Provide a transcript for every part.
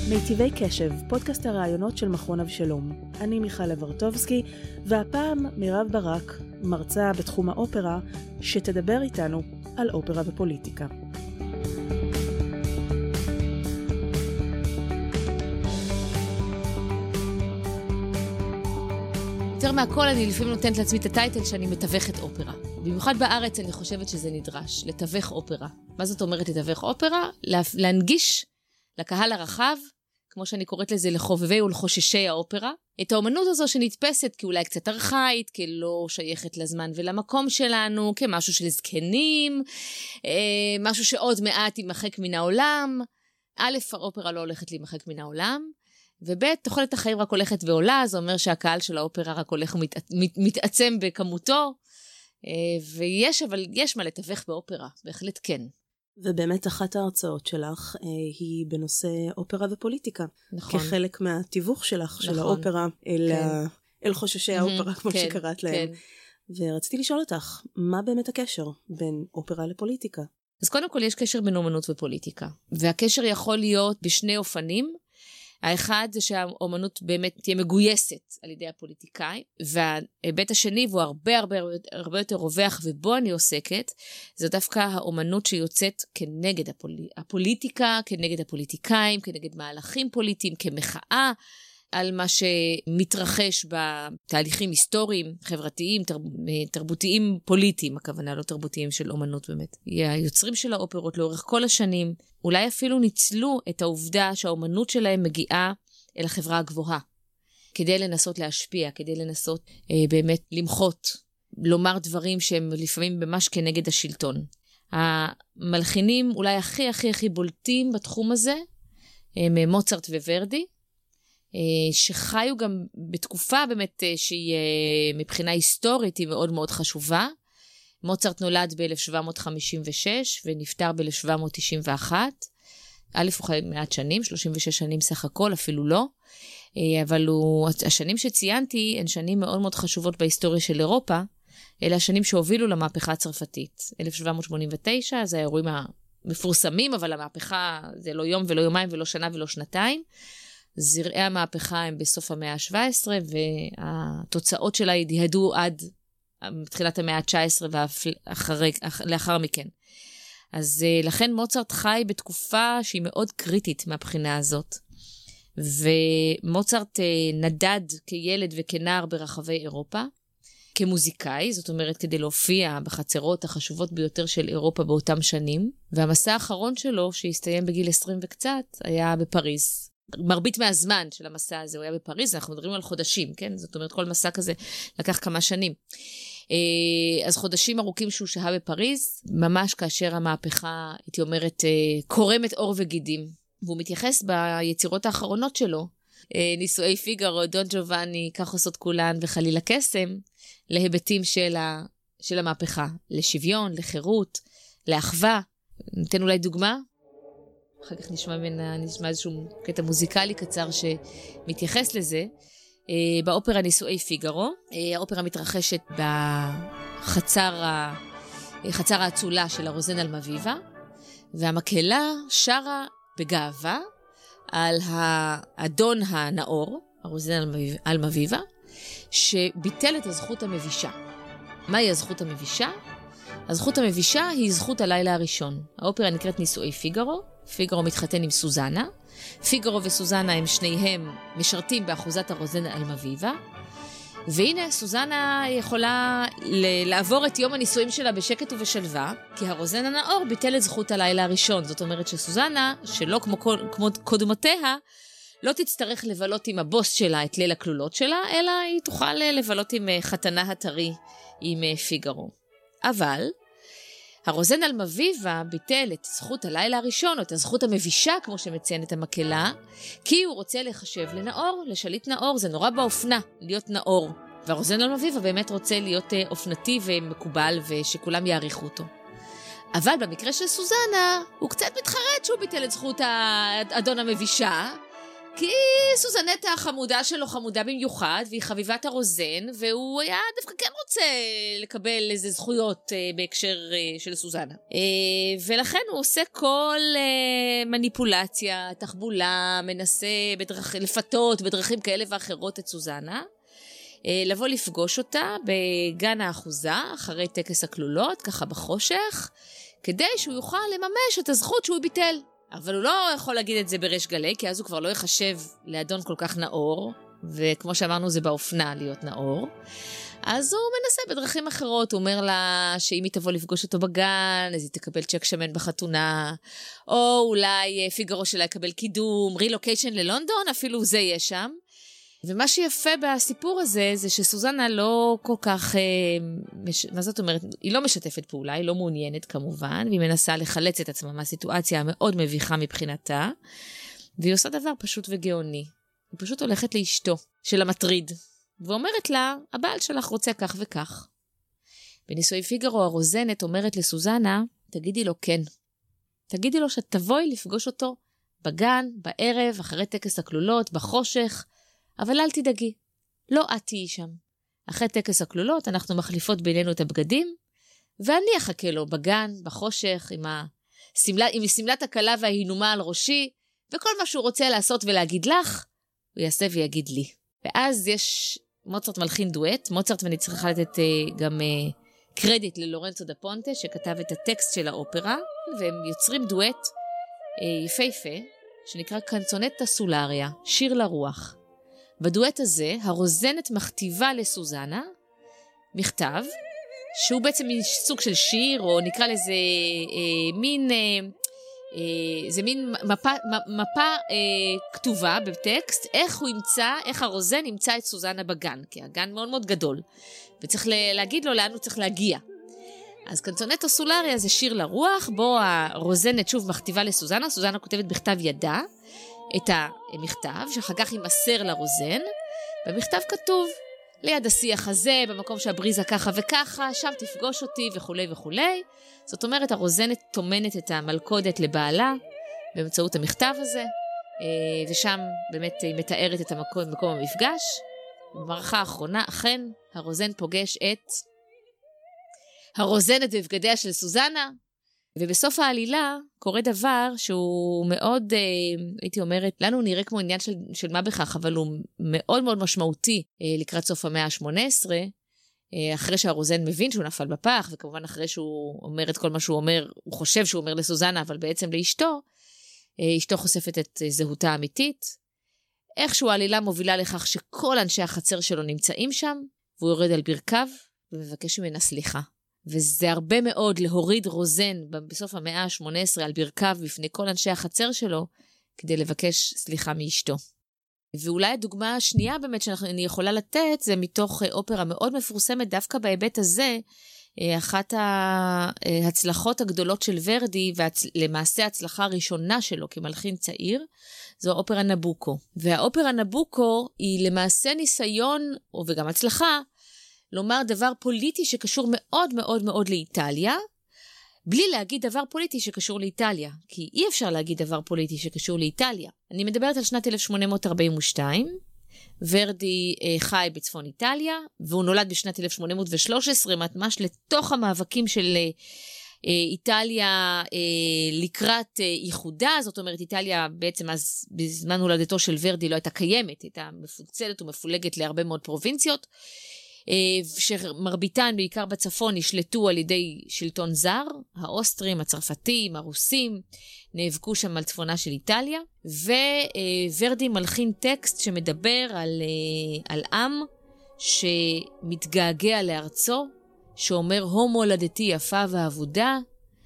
מיטיבי קשב, פודקאסט הרעיונות של מכון אבשלום. אני מיכל לברטובסקי, והפעם מירב ברק, מרצה בתחום האופרה, שתדבר איתנו על אופרה ופוליטיקה. יותר מהכל אני לפעמים נותנת לעצמי את הטייטל שאני מתווכת אופרה. במיוחד בארץ אני חושבת שזה נדרש, לתווך אופרה. מה זאת אומרת לתווך אופרה? להנגיש לקהל הרחב, כמו שאני קוראת לזה, לחובבי ולחוששי האופרה, את האומנות הזו שנתפסת כאולי קצת ארכאית, כלא שייכת לזמן ולמקום שלנו, כמשהו של זקנים, משהו שעוד מעט יימחק מן העולם. א', האופרה לא הולכת להימחק מן העולם, וב', תוחלת החיים רק הולכת ועולה, זה אומר שהקהל של האופרה רק הולך ומתעצם בכמותו, אבל יש מה לתווך באופרה, בהחלט כן. ובאמת אחת ההרצאות שלך היא בנושא אופרה ופוליטיקה. נכון. כחלק מהתיווך שלך, נכון. של האופרה אל חוששי האופרה, כמו כן, שקראת להם. כן. ורציתי לשאול אותך, מה באמת הקשר בין אופרה לפוליטיקה? אז קודם כל יש קשר בין אומנות ופוליטיקה, והקשר יכול להיות בשני אופנים. האחד זה שהאומנות באמת תהיה מגויסת על ידי הפוליטיקאים, וההיבט השני, והוא הרבה יותר רווח, ובו אני עוסקת, זו דווקא האומנות שיוצאת כנגד הפוליטיקה, כנגד הפוליטיקאים, כנגד מהלכים פוליטיים, כמחאה על מה שמתרחש בתהליכים היסטוריים, חברתיים, תרבותיים, פוליטיים, הכוונה לא תרבותיים של אומנות באמת. היוצרים של האופרות לאורך כל השנים, אולי אפילו ניצלו את העובדה שהאומנות שלהם מגיעה אל החברה הגבוהה, כדי לנסות להשפיע, כדי לנסות באמת למחות, לומר דברים שהם לפעמים ממש כנגד השלטון. המלחינים אולי הכי בולטים בתחום הזה, הם מוצרט וורדי, שחיו גם בתקופה באמת שהיא מבחינה היסטורית היא מאוד מאוד חשובה. מוצרט נולד ב-1756 ונפטר ב-1791. א' הוא חי מעט שנים, 36 שנים סך הכל, אפילו לא. אבל השנים שציינתי הן שנים מאוד מאוד חשובות בהיסטוריה של אירופה. אלה השנים שהובילו למהפכה הצרפתית. 1789 זה האירועים המפורסמים, אבל המהפכה זה לא יום ולא יומיים ולא שנה ולא שנתיים. זרעי המהפכה הם בסוף המאה ה-17, והתוצאות שלה ידהדו עד תחילת המאה ה-19 ולאחר מכן. אז לכן מוצרט חי בתקופה שהיא מאוד קריטית מהבחינה הזאת. ומוצרט נדד כילד וכנער ברחבי אירופה, כמוזיקאי, זאת אומרת כדי להופיע בחצרות החשובות ביותר של אירופה באותם שנים, והמסע האחרון שלו, שהסתיים בגיל 20 וקצת, היה בפריז. מרבית מהזמן של המסע הזה הוא היה בפריז, אנחנו מדברים על חודשים, כן? זאת אומרת, כל מסע כזה לקח כמה שנים. אז חודשים ארוכים שהוא שהה בפריז, ממש כאשר המהפכה, הייתי אומרת, קורמת עור וגידים. והוא מתייחס ביצירות האחרונות שלו, נישואי פיגארו, דון ג'ובאני, כך עושות כולן וחלילה קסם, להיבטים של המהפכה, לשוויון, לחירות, לאחווה. ניתן אולי דוגמה? אחר כך נשמע איזשהו קטע מוזיקלי קצר שמתייחס לזה. באופרה נישואי פיגארו, האופרה מתרחשת בחצר האצולה של הרוזן אלמוויבה, והמקהלה שרה בגאווה על האדון הנאור, הרוזן אלמוויבה, שביטל את הזכות המבישה. מהי הזכות המבישה? הזכות המבישה היא זכות הלילה הראשון. האופרה נקראת נישואי פיגארו, פיגארו מתחתן עם סוזנה, פיגארו וסוזנה הם שניהם משרתים באחוזת הרוזן אלמוויבה, והנה סוזנה יכולה לעבור את יום הנישואים שלה בשקט ובשלווה, כי הרוזן הנאור ביטל את זכות הלילה הראשון. זאת אומרת שסוזנה, שלא כמו קודמותיה, לא תצטרך לבלות עם הבוס שלה את ליל הכלולות שלה, אלא היא תוכל לבלות עם חתנה הטרי עם פיגארו. אבל הרוזן אלמוויבה ביטל את זכות הלילה הראשון, או את הזכות המבישה, כמו שמציינת המקהלה, כי הוא רוצה לחשב לנאור, לשליט נאור, זה נורא באופנה, להיות נאור. והרוזן אלמוויבה באמת רוצה להיות אופנתי ומקובל, ושכולם יעריכו אותו. אבל במקרה של סוזנה, הוא קצת מתחרט שהוא ביטל את זכות האדון המבישה, כי סוזנטה החמודה שלו חמודה במיוחד, והיא חביבת הרוזן, והוא היה דווקא כן רוצה לקבל איזה זכויות בהקשר של סוזנה. ולכן הוא עושה כל מניפולציה, תחבולה, מנסה לפתות בדרכים כאלה ואחרות את סוזנה, לבוא לפגוש אותה בגן האחוזה, אחרי טקס הכלולות, ככה בחושך, כדי שהוא יוכל לממש את הזכות שהוא ביטל. אבל הוא לא יכול להגיד את זה בריש גלי, כי אז הוא כבר לא יחשב לאדון כל כך נאור, וכמו שאמרנו זה באופנה להיות נאור. אז הוא מנסה בדרכים אחרות, הוא אומר לה שאם היא תבוא לפגוש אותו בגן, אז היא תקבל צ'ק שמן בחתונה, או אולי פיגרו שלה יקבל קידום, רילוקיישן ללונדון, אפילו זה יש שם. ומה שיפה בסיפור הזה, זה שסוזנה לא כל כך, מה זאת אומרת, היא לא משתפת פעולה, היא לא מעוניינת כמובן, והיא מנסה לחלץ את עצמה מהסיטואציה המאוד מביכה מבחינתה, והיא עושה דבר פשוט וגאוני. היא פשוט הולכת לאשתו של המטריד, ואומרת לה, הבעל שלך רוצה כך וכך. בנישואי פיגרו הרוזנת אומרת לסוזנה, תגידי לו כן. תגידי לו שתבואי לפגוש אותו בגן, בערב, אחרי טקס הכלולות, בחושך, אבל אל תדאגי, לא את תהיי שם. אחרי טקס הכלולות אנחנו מחליפות בינינו את הבגדים, ואני אחכה לו בגן, בחושך, עם סמלת הכלה וההינומה על ראשי, וכל מה שהוא רוצה לעשות ולהגיד לך, הוא יעשה ויגיד לי. ואז יש מוצרט מלחין דואט, מוצרט ואני צריכה לתת גם קרדיט ללורנצו דה פונטה, שכתב את הטקסט של האופרה, והם יוצרים דואט יפהפה, שנקרא קנצונטה סולריה, שיר לרוח. בדואט הזה, הרוזנת מכתיבה לסוזנה מכתב, שהוא בעצם סוג של שיר, או נקרא לזה מין מפה כתובה בטקסט, איך הרוזן ימצא את סוזנה בגן, כי הגן מאוד מאוד גדול, וצריך להגיד לו לאן הוא צריך להגיע. אז קנצונטה סולריה זה שיר לרוח, בו הרוזנת שוב מכתיבה לסוזנה, סוזנה כותבת בכתב ידה, את המכתב, שאחר כך יימסר לרוזן, במכתב כתוב, ליד השיח הזה, במקום שהבריזה ככה וככה, שם תפגוש אותי וכו' וכו'. זאת אומרת, הרוזנת תומנת את המלכודת לבעלה, באמצעות המכתב הזה, ושם באמת היא מתארת את מקום המפגש. במערכה האחרונה, אכן, הרוזן פוגש את הרוזנת בבגדיה של סוזנה, ובסוף העלילה קורה דבר שהוא מאוד, הייתי אומרת, לנו הוא נראה כמו עניין של מה בכך, אבל הוא מאוד מאוד משמעותי לקראת סוף המאה ה-18, אחרי שהרוזן מבין שהוא נפל בפח, וכמובן אחרי שהוא אומר את כל מה שהוא אומר, הוא חושב שהוא אומר לסוזנה, אבל בעצם לאשתו, אשתו חושפת את זהותה האמיתית, איכשהו העלילה מובילה לכך שכל אנשי החצר שלו נמצאים שם, והוא יורד על ברכיו ומבקש ממנה סליחה. וזה הרבה מאוד להוריד רוזן בסוף המאה ה-18 על ברכיו בפני כל אנשי החצר שלו, כדי לבקש סליחה מאשתו. ואולי הדוגמה השנייה באמת שאני יכולה לתת, זה מתוך אופרה מאוד מפורסמת דווקא בהיבט הזה, אחת ההצלחות הגדולות של ורדי, ולמעשה ההצלחה הראשונה שלו כמלחין צעיר, זו האופרה נבוקו. והאופרה נבוקו היא למעשה ניסיון, וגם הצלחה, לומר דבר פוליטי שקשור מאוד מאוד מאוד לאיטליה, בלי להגיד דבר פוליטי שקשור לאיטליה, כי אי אפשר להגיד דבר פוליטי שקשור לאיטליה. אני מדברת על שנת 1842, ורדי חי בצפון איטליה, והוא נולד בשנת 1813, ממש לתוך המאבקים של איטליה לקראת ייחודה, זאת אומרת איטליה בעצם אז בזמן הולדתו של ורדי לא הייתה קיימת, הייתה מפוצלת ומפולגת להרבה מאוד פרובינציות, שמרביתן בעיקר בצפון נשלטו על ידי שלטון זר, האוסטרים, הצרפתים, הרוסים, נאבקו שם על צפונה של איטליה, וורדי מלחין טקסט שמדבר על עם שמתגעגע לארצו, שאומר הומו הולדתי יפה ואבודה,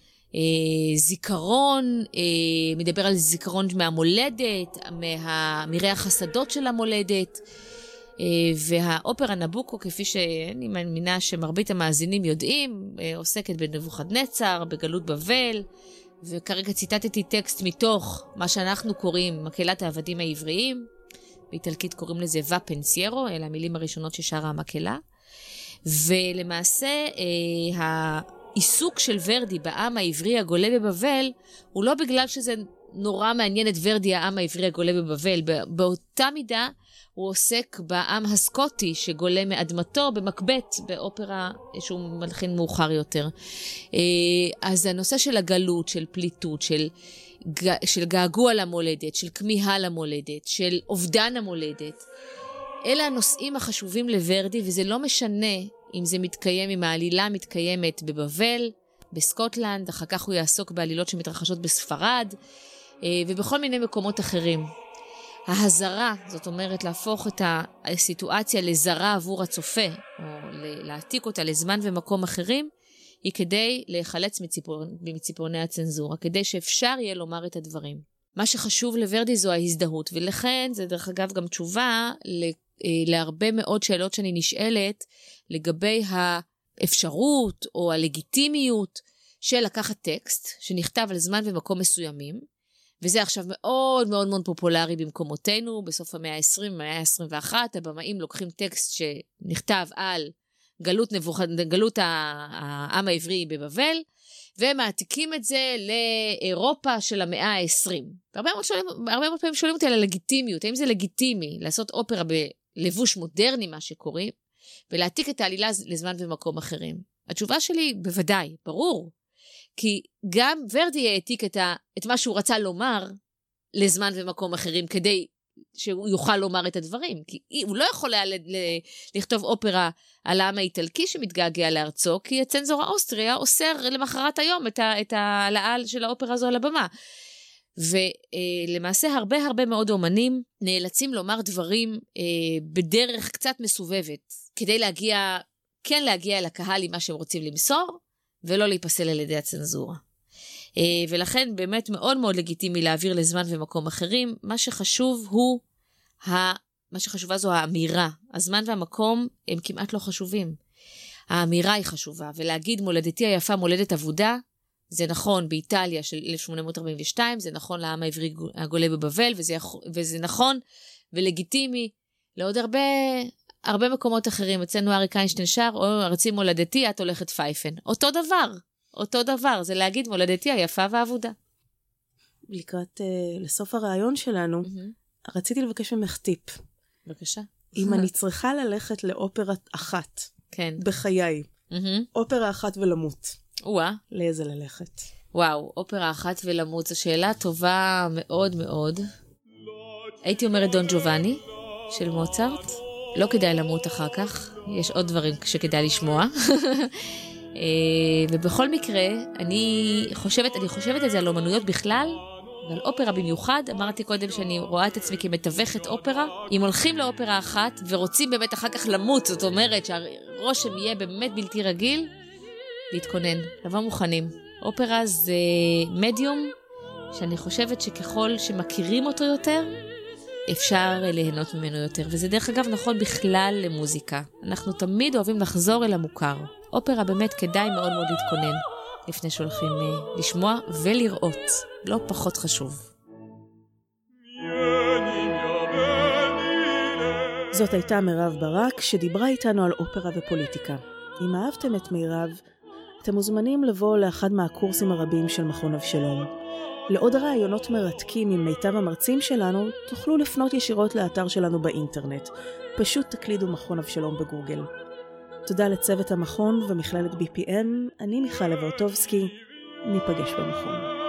זיכרון, מדבר על זיכרון מהמולדת, מריח השדות של המולדת, והאופרה נבוקו, כפי שאני מאמינה שמרבית המאזינים יודעים, עוסקת בנבוכדנצר, בגלות בבל, וכרגע ציטטתי טקסט מתוך מה שאנחנו קוראים מקהלת העבדים העבריים, באיטלקית קוראים לזה ופנסיירו, אלה המילים הראשונות ששרה המקהלה, ולמעשה העיסוק של ורדי בעם העברי הגולה בבבל, הוא לא בגלל שזה נורא מעניינת ורדי, העם העברי הגולה בבבל. באותה מידה הוא עוסק בעם הסקוטי שגולה מאדמתו במקבט, באופרה שהוא מלחין מאוחר יותר. אז הנושא של הגלות, של פליטות, של געגוע למולדת, של כמיהה למולדת, של אובדן המולדת, אלה הנושאים החשובים לוורדי, וזה לא משנה אם זה מתקיים, אם העלילה מתקיימת בבבל, בסקוטלנד, אחר כך הוא יעסוק בעלילות שמתרחשות בספרד, ובכל מיני מקומות אחרים. ההזרה, זאת אומרת להפוך את הסיטואציה לזרה עבור הצופה, או להעתיק אותה לזמן ומקום אחרים, היא כדי להיחלץ מציפורני הצנזורה, כדי שאפשר יהיה לומר את הדברים. מה שחשוב לוורדי זו ההזדהות, ולכן זה דרך אגב גם תשובה להרבה מאוד שאלות שאני נשאלת לגבי האפשרות או הלגיטימיות של לקחת טקסט שנכתב על זמן ומקום מסוימים, וזה עכשיו מאוד מאוד מאוד פופולרי במקומותינו, בסוף המאה ה-20, המאה ה-21, הבמאים לוקחים טקסט שנכתב על גלות העם העברי בבבל, והם מעתיקים את זה לאירופה של המאה ה-20. והרבה מאוד פעמים שואלים אותי על הלגיטימיות, האם זה לגיטימי לעשות אופרה בלבוש מודרני, מה שקוראים, ולהעתיק את העלילה לזמן ומקום אחרים. התשובה שלי בוודאי, ברור, כי גם ורדי העתיק את מה שהוא רצה לומר לזמן ומקום אחרים, כדי שהוא יוכל לומר את הדברים. כי הוא לא יכול היה לכתוב אופרה על העם האיטלקי שמתגעגע לארצו, כי הצנזור האוסטרי אוסר למחרת היום את העלאה של האופרה הזו על הבמה. ולמעשה הרבה מאוד אומנים נאלצים לומר דברים בדרך קצת מסובבת, כדי להגיע אל הקהל עם מה שהם רוצים למסור, ולא להיפסל על ידי הצנזורה. ולכן באמת מאוד מאוד לגיטימי להעביר לזמן ומקום אחרים. מה שחשובה זו האמירה. הזמן והמקום הם כמעט לא חשובים. האמירה היא חשובה, ולהגיד מולדתי היפה מולדת עבודה, זה נכון באיטליה של 1842, זה נכון לעם העברי הגולה בבבל, וזה נכון ולגיטימי לעוד הרבה מקומות אחרים. אצלנו אריק איינשטיין שר, או ארצי מולדתי, את הולכת פייפן. אותו דבר, זה להגיד מולדתי היפה והעבודה. לקראת לסוף הרעיון שלנו, רציתי לבקש ממך טיפ. בבקשה. אם אני צריכה ללכת לאופרה אחת, כן. בחיי, אופרה אחת ולמות. לאיזה ללכת? וואו, אופרה אחת ולמות, זו שאלה טובה מאוד מאוד. הייתי אומרת דון ג'ובאני של מוצרט. לא כדאי למות אחר כך, יש עוד דברים שכדאי לשמוע. ובכל מקרה, אני חושבת את זה על אומנויות בכלל, ועל אופרה במיוחד. אמרתי קודם שאני רואה את עצמי כמתווכת אופרה. אם הולכים לאופרה אחת ורוצים באמת אחר כך למות, זאת אומרת שהרושם יהיה באמת בלתי רגיל, להתכונן, לבוא מוכנים. אופרה זה מדיום שאני חושבת שככל שמכירים אותו יותר, אפשר ליהנות ממנו יותר. וזה דרך אגב נכון בכלל למוזיקה. אנחנו תמיד אוהבים לחזור אל המוכר. אופרה באמת כדאי מאוד מאוד להתכונן לפני שהולכים לשמוע ולראות. לא פחות חשוב. זאת הייתה מירב ברק שדיברה איתנו על אופרה ופוליטיקה. אם אהבתם את מירב, אתם מוזמנים לבוא לאחד מהקורסים הרבים של מכון אבשלום. לעוד רעיונות מרתקים עם מיטב המרצים שלנו, תוכלו לפנות ישירות לאתר שלנו באינטרנט. פשוט תקלידו מכון אבשלום בגוגל. תודה לצוות המכון ומכללת BPM, אני מיכל לברטובסקי, ניפגש במכון.